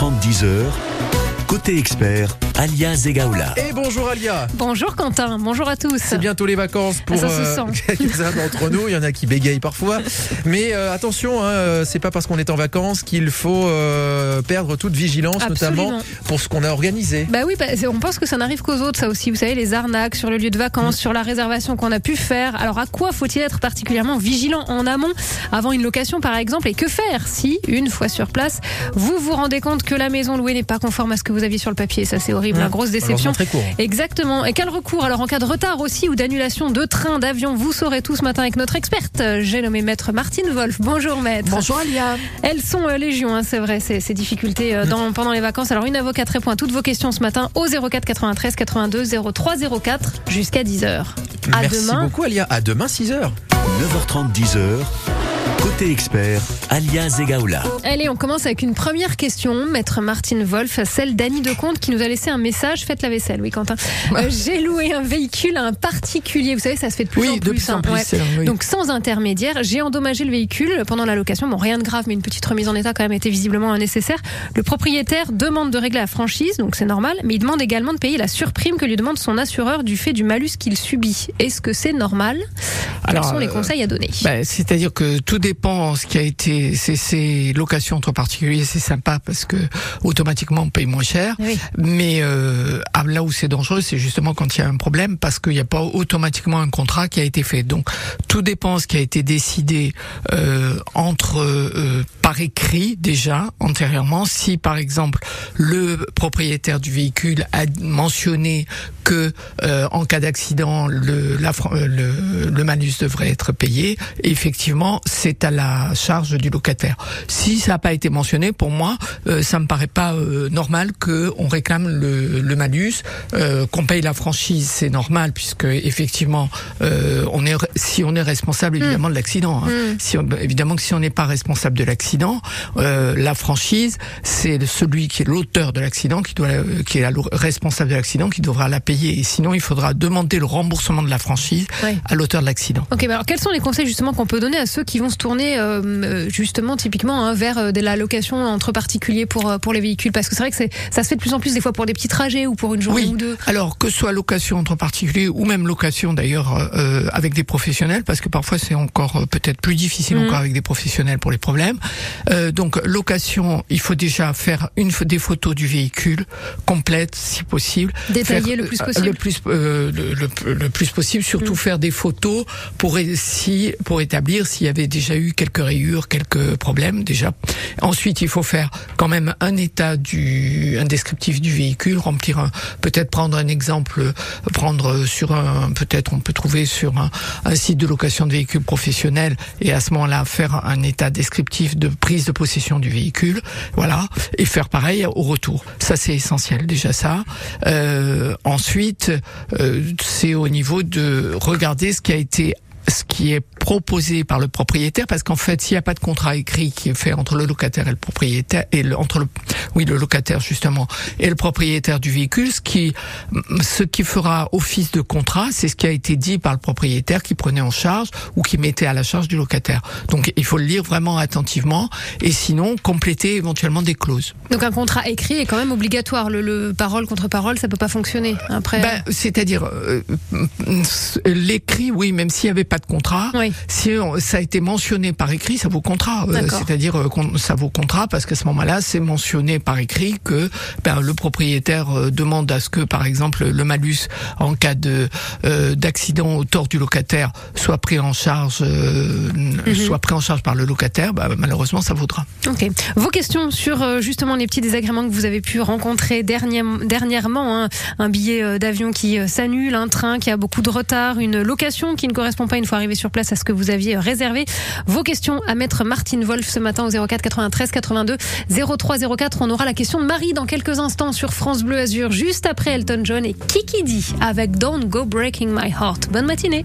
9h30, 10h, côté expert, Alia Zegaoula. Et bonjour Alia. Bonjour Quentin, bonjour à tous. C'est bientôt les vacances pour quelques-uns d'entre nous. Il y en a qui bégayent parfois. Mais attention, c'est pas parce qu'on est en vacances qu'il faut perdre toute vigilance, Absolument. notamment pour ce qu'on a organisé. Bah oui, on pense que ça n'arrive qu'aux autres, ça aussi. Vous savez, les arnaques sur le lieu de vacances, sur la réservation qu'on a pu faire. Alors à quoi faut-il être particulièrement vigilant en amont, avant une location par exemple? Et que faire si, une fois sur place, vous vous rendez compte que la maison louée n'est pas conforme à ce que vous aviez sur le papier? Ça c'est horrible, une grosse déception. Très court. Exactement. Et quel recours alors en cas de retard aussi ou d'annulation de train, d'avion? Vous saurez tout ce matin avec notre experte. J'ai nommé maître Martine Wolf. Bonjour maître. Bonjour Alia. Elles sont légion, c'est vrai, ces difficultés pendant les vacances. Alors une avocate répond à toutes vos questions ce matin au 04 93 82 03 04 jusqu'à 10h. À Merci demain. beaucoup Alia. À demain 6h. 9h30, 10h, côté expert, Alia Zegaoula. Allez, on commence avec une première question, maître Martine Wolf, celle d'Annie Decomte qui nous a laissé un message. Faites la vaisselle, oui Quentin. J'ai loué un véhicule à un particulier. Vous savez, ça se fait de plus en plus. De plus en plus. Ouais. Oui. Donc sans intermédiaire, j'ai endommagé le véhicule pendant la location. Bon, rien de grave, mais une petite remise en état quand même était visiblement nécessaire. Le propriétaire demande de régler la franchise, donc c'est normal, mais il demande également de payer la surprime que lui demande son assureur du fait du malus qu'il subit. Est-ce que c'est normal? Quels sont les conseils à donner? C'est-à-dire que tout dépend ce qui a été ces locations entre particuliers, c'est sympa parce que automatiquement on paye moins cher. Oui. Mais là où c'est dangereux, c'est justement quand il y a un problème parce qu'il n'y a pas automatiquement un contrat qui a été fait. Donc tout dépend ce qui a été décidé par écrit déjà antérieurement. Si par exemple le propriétaire du véhicule a mentionné que en cas d'accident le malus devrait être payé, effectivement c'est à la charge du locataire. Si ça n'a pas été mentionné, pour moi ça me paraît pas normal que on réclame le malus, qu'on paye la franchise, c'est normal puisque effectivement si on est responsable évidemment de l'accident. Évidemment que si on n'est pas responsable de l'accident, la franchise c'est celui qui est l'auteur de l'accident qui est responsable de l'accident qui devra la payer. Et sinon il faudra demander le remboursement de la franchise à l'auteur de l'accident. Ok, alors quels sont les conseils justement qu'on peut donner à ceux qui vont se tourner justement typiquement vers de la location entre particuliers pour les véhicules? Parce que c'est vrai que ça se fait de plus en plus des fois pour des petits trajets ou pour une journée ou deux. Alors que ce soit location entre particuliers ou même location d'ailleurs avec des professionnels, parce que parfois c'est encore peut-être plus difficile encore avec des professionnels pour les problèmes. Donc location, il faut déjà faire des photos du véhicule complètes si possible. Détailler le plus possible. Le plus possible, surtout faire des photos pour établir s'il y avait déjà eu quelques rayures, quelques problèmes déjà. Ensuite, il faut faire quand même un descriptif du véhicule, peut-être prendre un exemple, peut-être on peut trouver sur un site de location de véhicules professionnels et à ce moment-là faire un état descriptif de prise de possession du véhicule, voilà, et faire pareil au retour. Ça c'est essentiel déjà ça. Ensuite, c'est au niveau de regarder ce qui est proposé par le propriétaire, parce qu'en fait, s'il n'y a pas de contrat écrit qui est fait entre le locataire et le propriétaire, le locataire justement, et le propriétaire du véhicule, ce qui fera office de contrat, c'est ce qui a été dit par le propriétaire qui prenait en charge ou qui mettait à la charge du locataire. Donc, il faut le lire vraiment attentivement et sinon, compléter éventuellement des clauses. Donc, un contrat écrit est quand même obligatoire. Le parole contre parole, ça peut pas fonctionner. Après. C'est-à-dire, l'écrit, oui, même s'il n'y avait pas de contrat, si ça a été mentionné par écrit, ça vaut contrat. C'est-à-dire ça vaut contrat parce qu'à ce moment-là, c'est mentionné par écrit que le propriétaire demande à ce que, par exemple, le malus en cas d'accident au tort du locataire soit pris en charge, par le locataire. Malheureusement, ça vaudra. Ok. Vos questions sur justement les petits désagréments que vous avez pu rencontrer dernièrement, un billet d'avion qui s'annule, un train qui a beaucoup de retard, une location qui ne correspond pas une fois arrivé sur place à ce que vous aviez réservé. Vos questions à maître Martine Wolf ce matin au 04 93 82 03 04. On aura la question de Marie dans quelques instants sur France Bleu Azur, juste après Elton John et Kiki D avec Don't Go Breaking My Heart. Bonne matinée.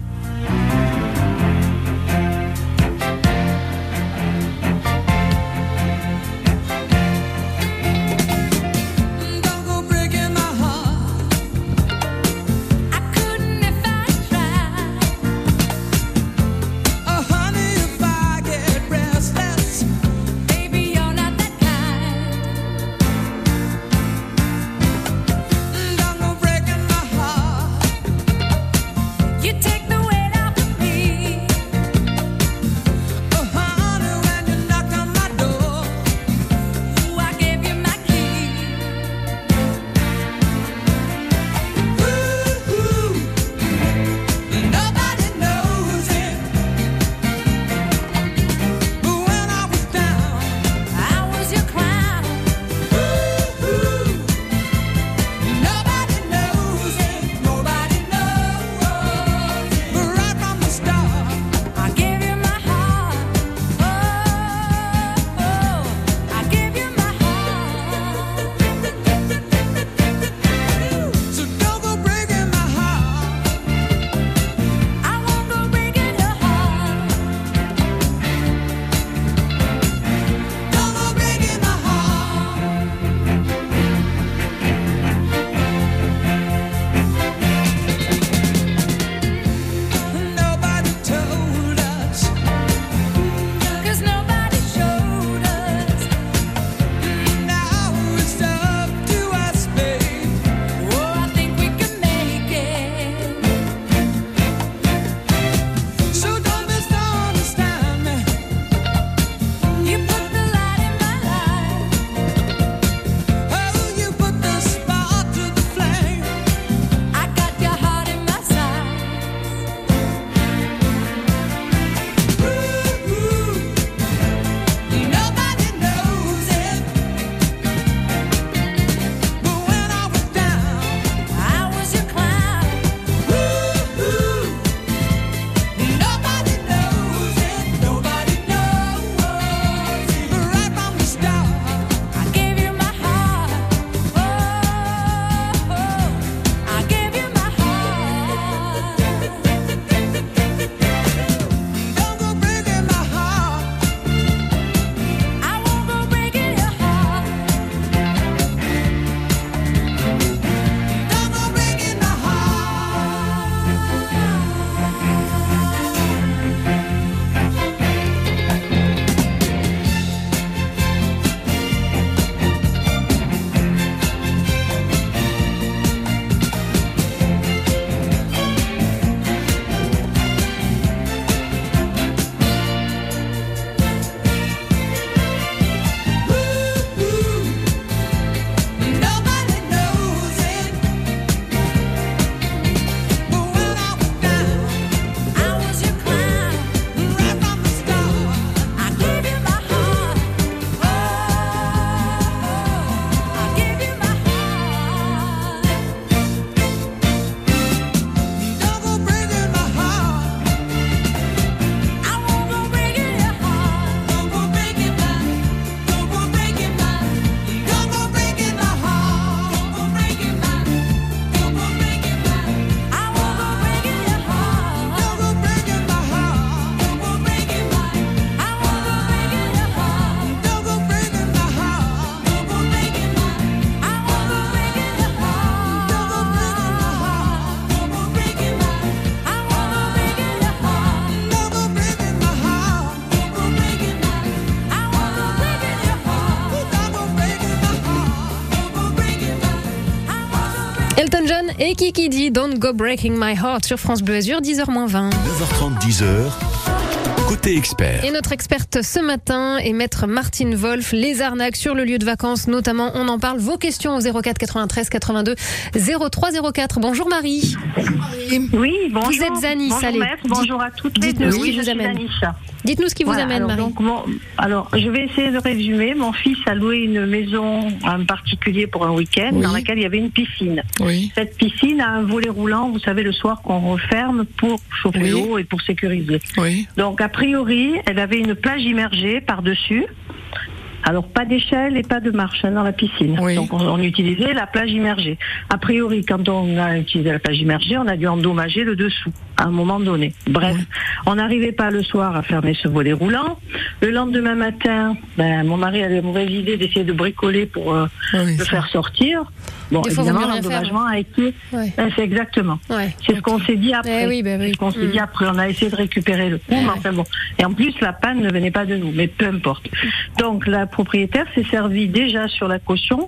et Kiki D, Don't Go Breaking My Heart sur France Bleu Azur, 10h-20. 9h30, 10h. Côté expert. Et notre experte ce matin est maître Martine Wolf. Les arnaques sur le lieu de vacances, notamment, on en parle. Vos questions au 04 93 82 03 04. Bonjour Marie. Oui, bonjour. Vous êtes Zanis. Bonjour allez. maître, bonjour à toutes les deux. Dites-nous ce qui Oui, vous amène. Dites-nous ce qui vous amène, alors, Marie. Alors, je vais essayer de résumer. Mon fils a loué une maison en particulier pour un week-end dans laquelle il y avait une piscine. Oui. Cette piscine a un volet roulant, vous savez, le soir qu'on referme pour chauffer l'eau et pour sécuriser. Oui. Donc, a priori, elle avait une plage immergée par-dessus. Alors, pas d'échelle et pas de marche dans la piscine. Oui. Donc, on utilisait la plage immergée. A priori, quand on a utilisé la plage immergée, on a dû endommager le dessous à un moment donné. Bref, on n'arrivait pas le soir à fermer ce volet roulant. Le lendemain matin, mon mari avait la mauvaise idée d'essayer de bricoler pour le faire sortir. Bon, Des fois, évidemment, vaut mieux rien l'endommagement a été... Ouais. C'est exactement. Ouais. C'est ce qu'on s'est dit après. Oui. C'est ce qu'on s'est dit après. On a essayé de récupérer le coup, mais enfin bon. Et en plus, la panne ne venait pas de nous, mais peu importe. Donc, la propriétaire s'est servie déjà sur la caution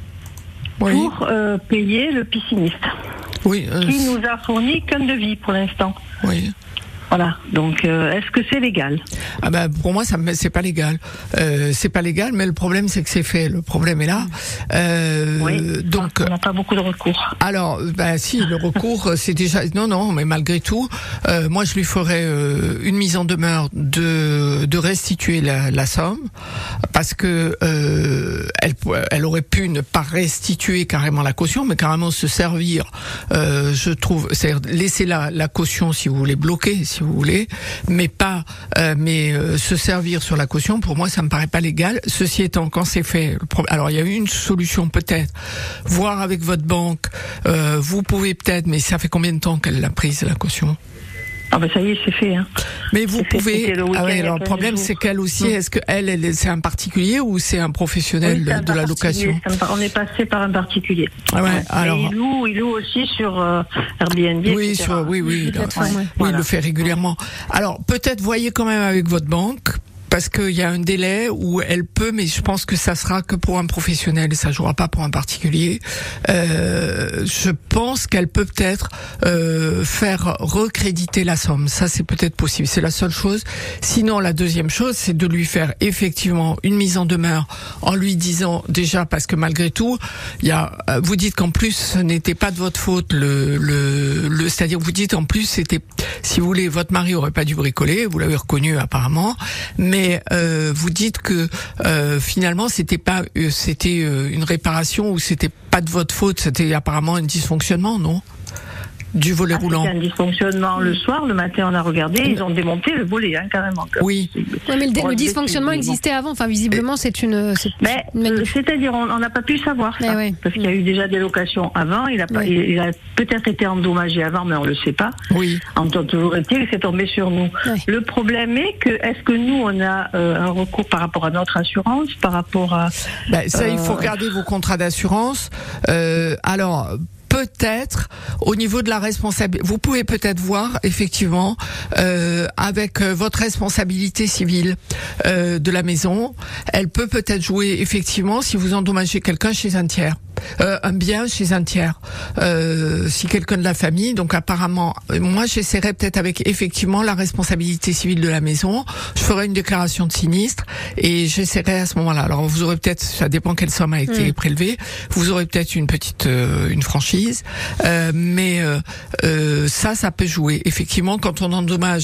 pour payer le pisciniste. Oui. Qui nous a fourni qu'un devis pour l'instant. Oui. Voilà. Donc, est-ce que c'est légal? Ah ben pour moi c'est pas légal. C'est pas légal, mais le problème c'est que c'est fait. Le problème est là. Donc on n'a pas beaucoup de recours. Alors si le recours c'est déjà non mais malgré tout moi je lui ferais une mise en demeure de restituer la somme parce que elle aurait pu ne pas restituer carrément la caution mais carrément se servir je trouve, c'est-à-dire laisser la caution si vous voulez bloquer si vous voulez, mais pas se servir sur la caution, pour moi ça me paraît pas légal. Ceci étant, quand c'est fait, alors il y a une solution peut-être, voir avec votre banque, vous pouvez peut-être, mais ça fait combien de temps qu'elle l'a prise la caution? Ah ça y est, c'est fait. Hein. Mais vous pouvez. Alors le problème c'est qu'elle aussi, est-ce que elle c'est un particulier ou c'est un professionnel de la location? On est passé par un particulier. Ah ouais. Alors. Et il loue aussi sur Airbnb. Oui, etc. Oui, il le fait régulièrement. Alors peut-être voyez quand même avec votre banque. Parce qu'il y a un délai où elle peut, mais je pense que ça sera que pour un professionnel, ça jouera pas pour un particulier. Je pense qu'elle peut peut-être faire recréditer la somme. Ça, c'est peut-être possible. C'est la seule chose. Sinon, la deuxième chose, c'est de lui faire effectivement une mise en demeure en lui disant déjà, parce que malgré tout, vous dites qu'en plus, ce n'était pas de votre faute. C'est-à-dire, vous dites en plus, c'était, si vous voulez, votre mari aurait pas dû bricoler. Vous l'avez reconnu apparemment, mais vous dites que finalement c'était une réparation ou c'était pas de votre faute, c'était apparemment un dysfonctionnement, non? Du volet roulant. C'était un dysfonctionnement le soir, le matin on a regardé, ils ont démonté le volet carrément. Oui. Mais le dysfonctionnement existait avant, enfin visiblement c'est-à-dire on n'a pas pu savoir ça, parce qu'il y a eu déjà des locations avant, il a peut-être été endommagé avant, mais on le sait pas. Oui. En tant que c'est tombé sur nous. Oui. Le problème est que est-ce que nous on a un recours par rapport à notre assurance, par rapport à ça il faut regarder vos contrats d'assurance. Alors peut-être au niveau de la responsabilité, vous pouvez peut-être voir effectivement avec votre responsabilité civile de la maison, elle peut peut-être jouer effectivement si vous endommagez quelqu'un chez un tiers. Un bien chez un tiers, si quelqu'un de la famille. Donc apparemment, moi j'essaierai peut-être avec effectivement la responsabilité civile de la maison. Je ferai une déclaration de sinistre et j'essaierai à ce moment-là. Alors vous aurez peut-être, ça dépend quelle somme a été prélevée. Vous aurez peut-être une petite une franchise, mais ça peut jouer. Effectivement, quand on endommage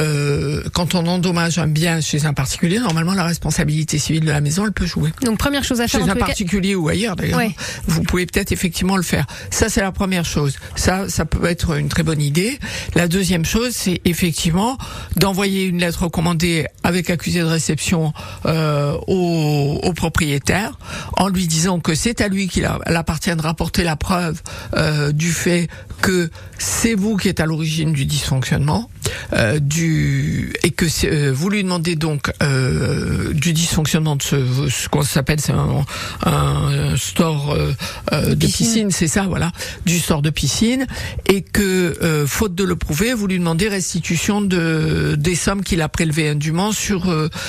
un bien chez un particulier, normalement la responsabilité civile de la maison, elle peut jouer. Donc première chose à faire chez un particulier ou ailleurs d'ailleurs. Ouais. Vous pouvez peut-être effectivement le faire. Ça, c'est la première chose. Ça peut être une très bonne idée. La deuxième chose, c'est effectivement d'envoyer une lettre recommandée avec accusé de réception au propriétaire en lui disant que c'est à lui qu'il appartient de rapporter la preuve du fait que c'est vous qui êtes à l'origine du dysfonctionnement. Et que vous lui demandez donc du dysfonctionnement de ce qu'on s'appelle, c'est d'un store de piscine, c'est ça, voilà, du store de piscine, et que faute de le prouver, vous lui demandez restitution des sommes qu'il a prélevées indûment sur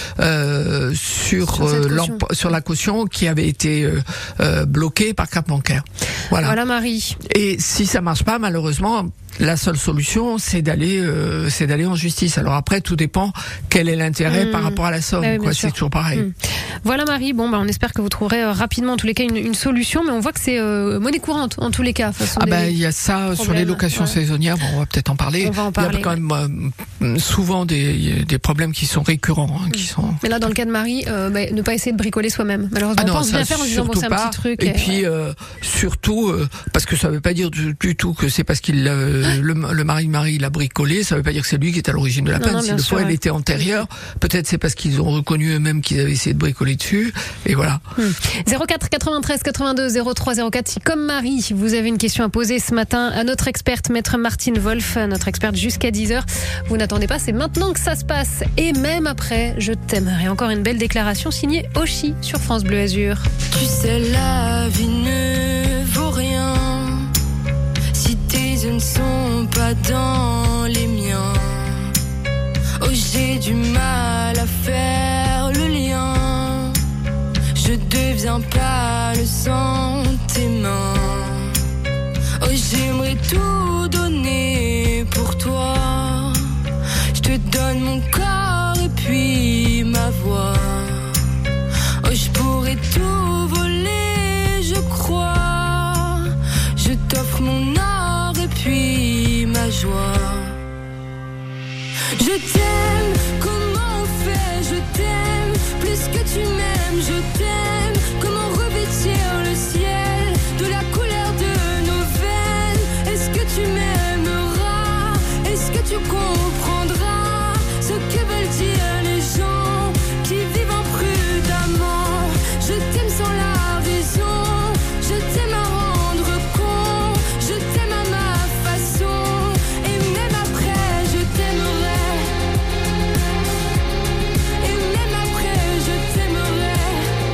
la caution qui avait été bloquée par carte bancaire. Voilà Marie. Et si ça marche pas, malheureusement, la seule solution, c'est d'aller en justice. Alors après, tout dépend quel est l'intérêt par rapport à la somme. C'est toujours pareil. Voilà Marie. Bon, on espère que vous trouverez rapidement, en tous les cas, une solution. Mais on voit que c'est monnaie courante, en tous les cas. Il y a ça problèmes. Sur les locations saisonnières. Bon, on va peut-être en parler. On va en parler. Il y a quand même souvent des problèmes qui sont récurrents. Mais là, dans le cas de Marie, ne pas essayer de bricoler soi-même. Malheureusement, on pense bien faire en disant c'est un petit truc. Et puis surtout, parce que ça veut pas dire du tout que c'est parce qu'il le mari de Marie l'a bricolé, ça veut pas dire que c'est lui qui est à l'origine de la panne. Si le fois elle était antérieure, peut-être c'est parce qu'ils ont reconnu eux-mêmes qu'ils avaient essayé de bricoler dessus, et voilà. 04 93 82 03 04. Si comme Marie, vous avez une question à poser ce matin à notre experte, maître Martine Wolf, notre experte jusqu'à 10h, vous n'attendez pas, c'est maintenant que ça se passe. Et même après, je t'aimerai. Encore une belle déclaration signée Oshi sur France Bleu Azur. Tu sais, la vie ne vaut rien si tes yeux ne sont pas dans les miens. Oh, j'ai du mal à faire le lien. Je deviens pâle sans tes mains. Oh, j'aimerais tout donner pour toi. Je te donne mon corps et puis ma voix. Oh, je pourrais tout voler, je crois. Je t'offre mon or et puis ma joie. Je t'aime, comment on fait? Je t'aime, plus que tu m'aimes, je t'aime. Comment revêtir le ciel de la couleur de nos veines? Est-ce que tu m'aimeras? Est-ce que tu comprendras ce que veulent dire les gens qui vivent imprudemment? Je t'aime sans la raison, je t'aime à rendre compte, je t'aime à ma façon, et même après je t'aimerai, et même après je t'aimerai.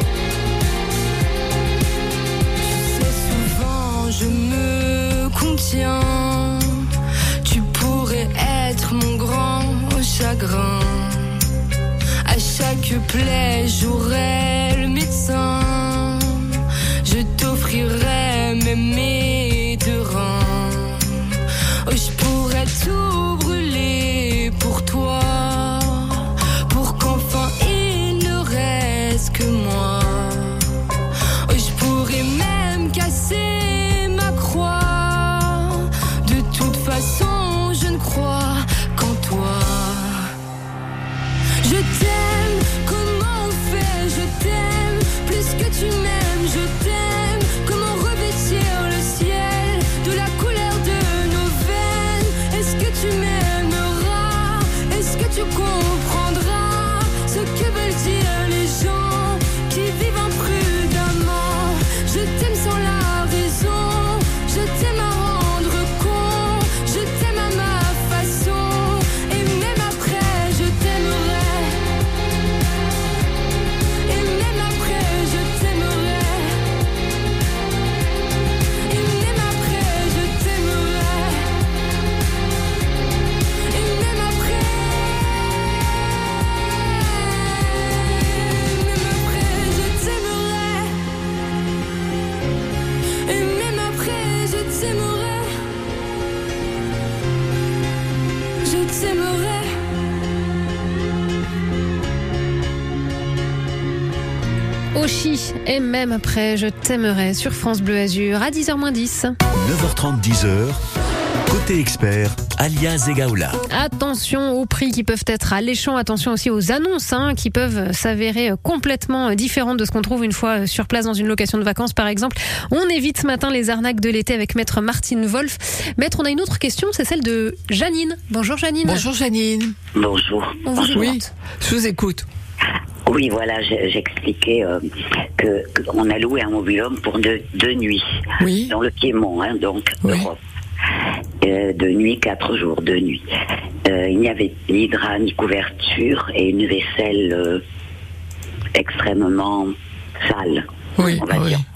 Tu sais, souvent je me contiens, tu pourrais être mon grand chagrin. À chaque plaie, j'aurai le médecin. Je t'offrirai même mes deux reins. Oh, je pourrais tout brûler pour toi, pour qu'enfin il ne reste que moi. Oh, je pourrais même casser ma croix. De toute façon, je ne crois qu'en toi. Je t'aime, comment on fait? Je t'aime, plus que tu m'aimes, je t'aime. Comment revêtir le ciel de la couleur de nos veines? Est-ce que tu m'aimeras? Est-ce que tu comprendras ce que veulent dire les gens qui vivent imprudemment? Je t'aime sans la raison, je t'aime à rendre compte, je t'aime à ma façon, et même après je t'aimerai. Et même après je t'aimerai. Et même après je t'aimerai. Et même après. Même après je t'aimerai. Et même après je t'aimerai. Je t'aimerai. Oshi, et même après, je t'aimerai sur France Bleu Azur à 10h-10. 9h30, 10h. Côté expert, Alia Zegaoula. Attention aux prix qui peuvent être alléchants, attention aussi aux annonces qui peuvent s'avérer complètement différentes de ce qu'on trouve une fois sur place dans une location de vacances par exemple. On évite ce matin les arnaques de l'été avec maître Martine Wolf. Maître, on a une autre question, c'est celle de Janine. Bonjour Janine. Bonjour Janine. Bonjour. On vous écoute. Oui, je vous écoute. Oui, voilà, j'expliquais qu'on a loué un mobil-home pour deux nuits. Oui. Dans le Piémont, donc Oui. Europe. 2 nuits, 4 jours, 2 nuits. Il n'y avait ni drap, ni couverture et une vaisselle extrêmement sale, Oui, on va oui. dire.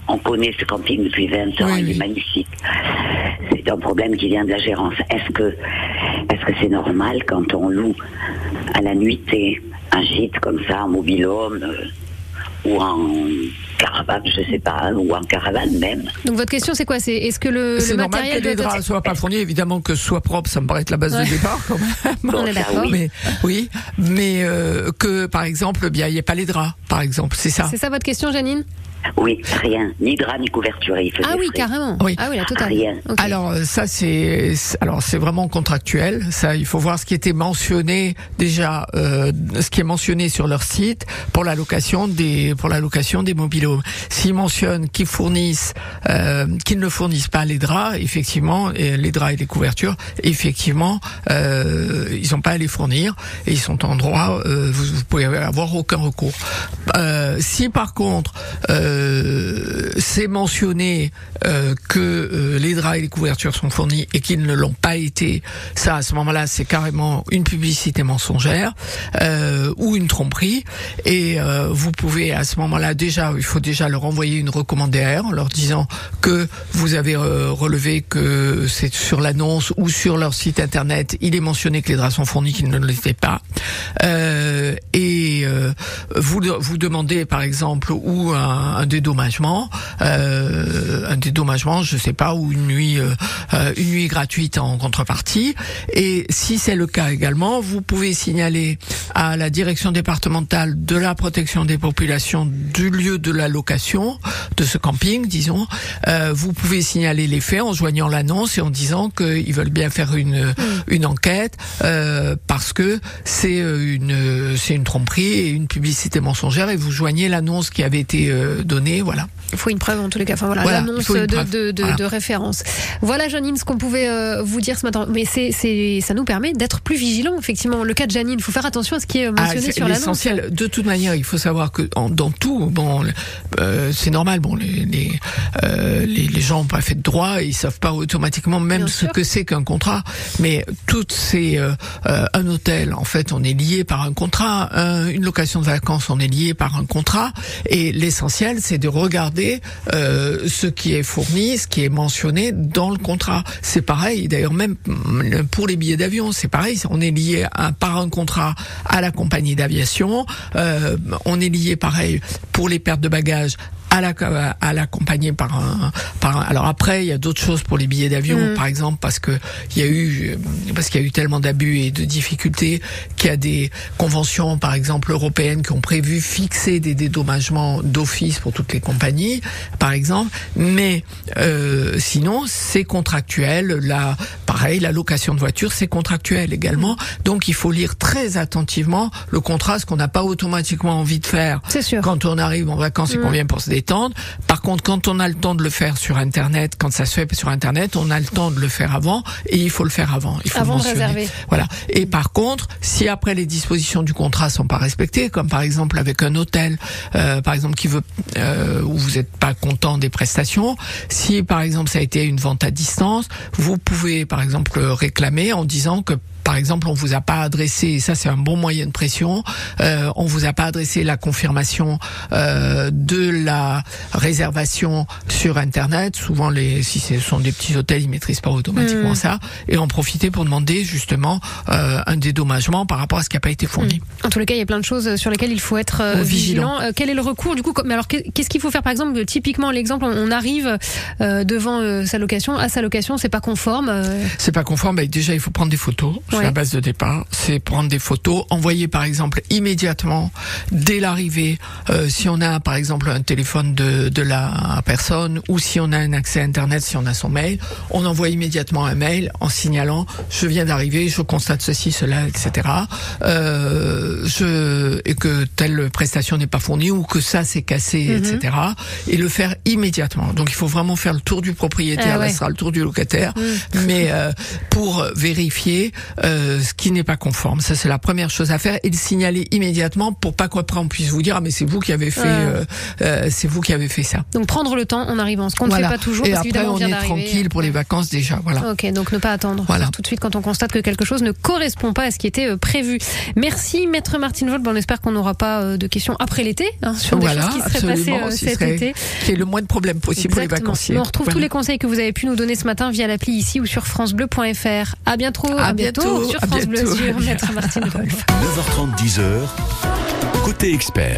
on connaît ce camping depuis 20 ans, il est magnifique. C'est un problème qui vient de la gérance. Est-ce que c'est normal quand on loue à la nuitée un gîte comme ça, en mobil-home ou en caravane, je sais pas, ou en caravane même. Donc votre question c'est quoi? Est-ce que le matériel normal que les draps soient pas fournis, évidemment que ce soit propre, ça me paraît être la base de départ quand même. On est d'accord. Mais que par exemple, il n'y ait pas les draps, par exemple, c'est ça. C'est ça votre question, Janine? Oui, rien, ni drap ni couverture. Ah oui, carrément. Oui. Ah oui, la totale. Rien. Okay. Alors ça c'est vraiment contractuel. Ça, il faut voir ce qui était mentionné déjà, ce qui est mentionné sur leur site pour la location des mobil-homes. S'ils mentionnent qu'ils ne fournissent pas les draps, effectivement, les draps et les couvertures, effectivement, ils n'ont pas à les fournir et ils sont en droit. Vous pouvez avoir aucun recours. Si par contre c'est mentionné que les draps et les couvertures sont fournis et qu'ils ne l'ont pas été, ça à ce moment-là c'est carrément une publicité mensongère ou une tromperie et vous pouvez à ce moment-là il faut déjà leur envoyer une recommandée en leur disant que vous avez relevé que c'est sur l'annonce ou sur leur site internet il est mentionné que les draps sont fournis, qu'ils ne l'étaient pas et vous demandez par exemple ou un dédommagement, je sais pas, ou une nuit gratuite en contrepartie. Et si c'est le cas également, vous pouvez signaler à la direction départementale de la protection des populations du lieu de la location de ce camping, disons. Vous pouvez signaler les faits en joignant l'annonce et en disant qu'ils veulent bien faire une enquête parce que c'est une tromperie et une publicité mensongère et vous joignez l'annonce qui avait été donnée, voilà. Il faut une preuve en tous les cas, l'annonce de référence. Voilà Janine ce qu'on pouvait vous dire ce matin, mais ça nous permet d'être plus vigilants effectivement. Le cas de Janine, il faut faire attention à ce qui est mentionné sur l'annonce. L'essentiel, de toute manière, il faut savoir que dans tout, c'est normal, les gens n'ont pas fait de droit et ils savent pas automatiquement même ce que c'est qu'un contrat, mais un hôtel, en fait, on est lié par un contrat, une location de vacances, on est lié par un contrat et l'essentiel, c'est de regarder ce qui est fourni, ce qui est mentionné dans le contrat. C'est pareil, d'ailleurs même pour les billets d'avion, c'est pareil, on est lié par un contrat à la compagnie d'aviation, on est lié pareil pour les pertes de bagages à l'accompagner par un. Alors après, il y a d'autres choses pour les billets d'avion, par exemple, parce qu'il y a eu tellement d'abus et de difficultés qu'il y a des conventions, par exemple européennes, qui ont prévu fixer des dédommagements d'office pour toutes les compagnies, par exemple. Mais sinon, c'est contractuel. Pareil, la location de voiture, c'est contractuel également. Donc, il faut lire très attentivement le contrat, ce qu'on n'a pas automatiquement envie de faire. C'est sûr. Quand on arrive en vacances et qu'on vient pour se détendre. Par contre, quand on a le temps de le faire sur Internet, quand ça se fait sur Internet, on a le temps de le faire avant et il faut le faire avant. Il faut avant de réserver. Voilà. Et par contre, si après les dispositions du contrat sont pas respectées, comme par exemple avec un hôtel, par exemple qui veut où vous n'êtes pas content des prestations, si par exemple ça a été une vente à distance, vous pouvez par exemple réclamer en disant que par exemple, on vous a pas adressé, et ça c'est un bon moyen de pression, on vous a pas adressé la confirmation de la réservation sur Internet. Souvent, si ce sont des petits hôtels, ils maîtrisent pas automatiquement ça, et en profiter pour demander justement un dédommagement par rapport à ce qui n'a pas été fourni. En tous les cas, il y a plein de choses sur lesquelles il faut être vigilant. Quel est le recours du coup? Mais alors, qu'est-ce qu'il faut faire par exemple? Typiquement, l'exemple, on arrive devant sa location, c'est pas conforme. C'est pas conforme. Déjà, il faut prendre des photos. C'est la base de départ, c'est prendre des photos, envoyer par exemple immédiatement dès l'arrivée, si on a par exemple un téléphone de la personne ou si on a un accès à Internet, si on a son mail, on envoie immédiatement un mail en signalant je viens d'arriver, je constate ceci, cela, etc. Et que telle prestation n'est pas fournie ou que ça s'est cassé, etc. Et le faire immédiatement. Donc il faut vraiment faire le tour du propriétaire, là sera le tour du locataire, mais pour vérifier ce qui n'est pas conforme. Ça, c'est la première chose à faire, et le signaler immédiatement pour pas qu'après on puisse vous dire mais c'est vous qui avez fait ça. Donc prendre le temps en arrivant, ce qu'on ne fait pas toujours. Et parce après on est tranquille pour les vacances déjà. Voilà. Ok, donc ne pas attendre tout de suite quand on constate que quelque chose ne correspond pas à ce qui était prévu. Merci Maître Martine Volpe. On espère qu'on n'aura pas de questions après l'été sur des choses qui seraient passées cet été. Qu'il y ait le moins de problèmes possible pour les vacanciers. On retrouve tous les conseils que vous avez pu nous donner ce matin via l'appli ici ou sur francebleu.fr. À bientôt sur France Bleu sur Maître Martine Volpe. 9h30, 10h, côté expert.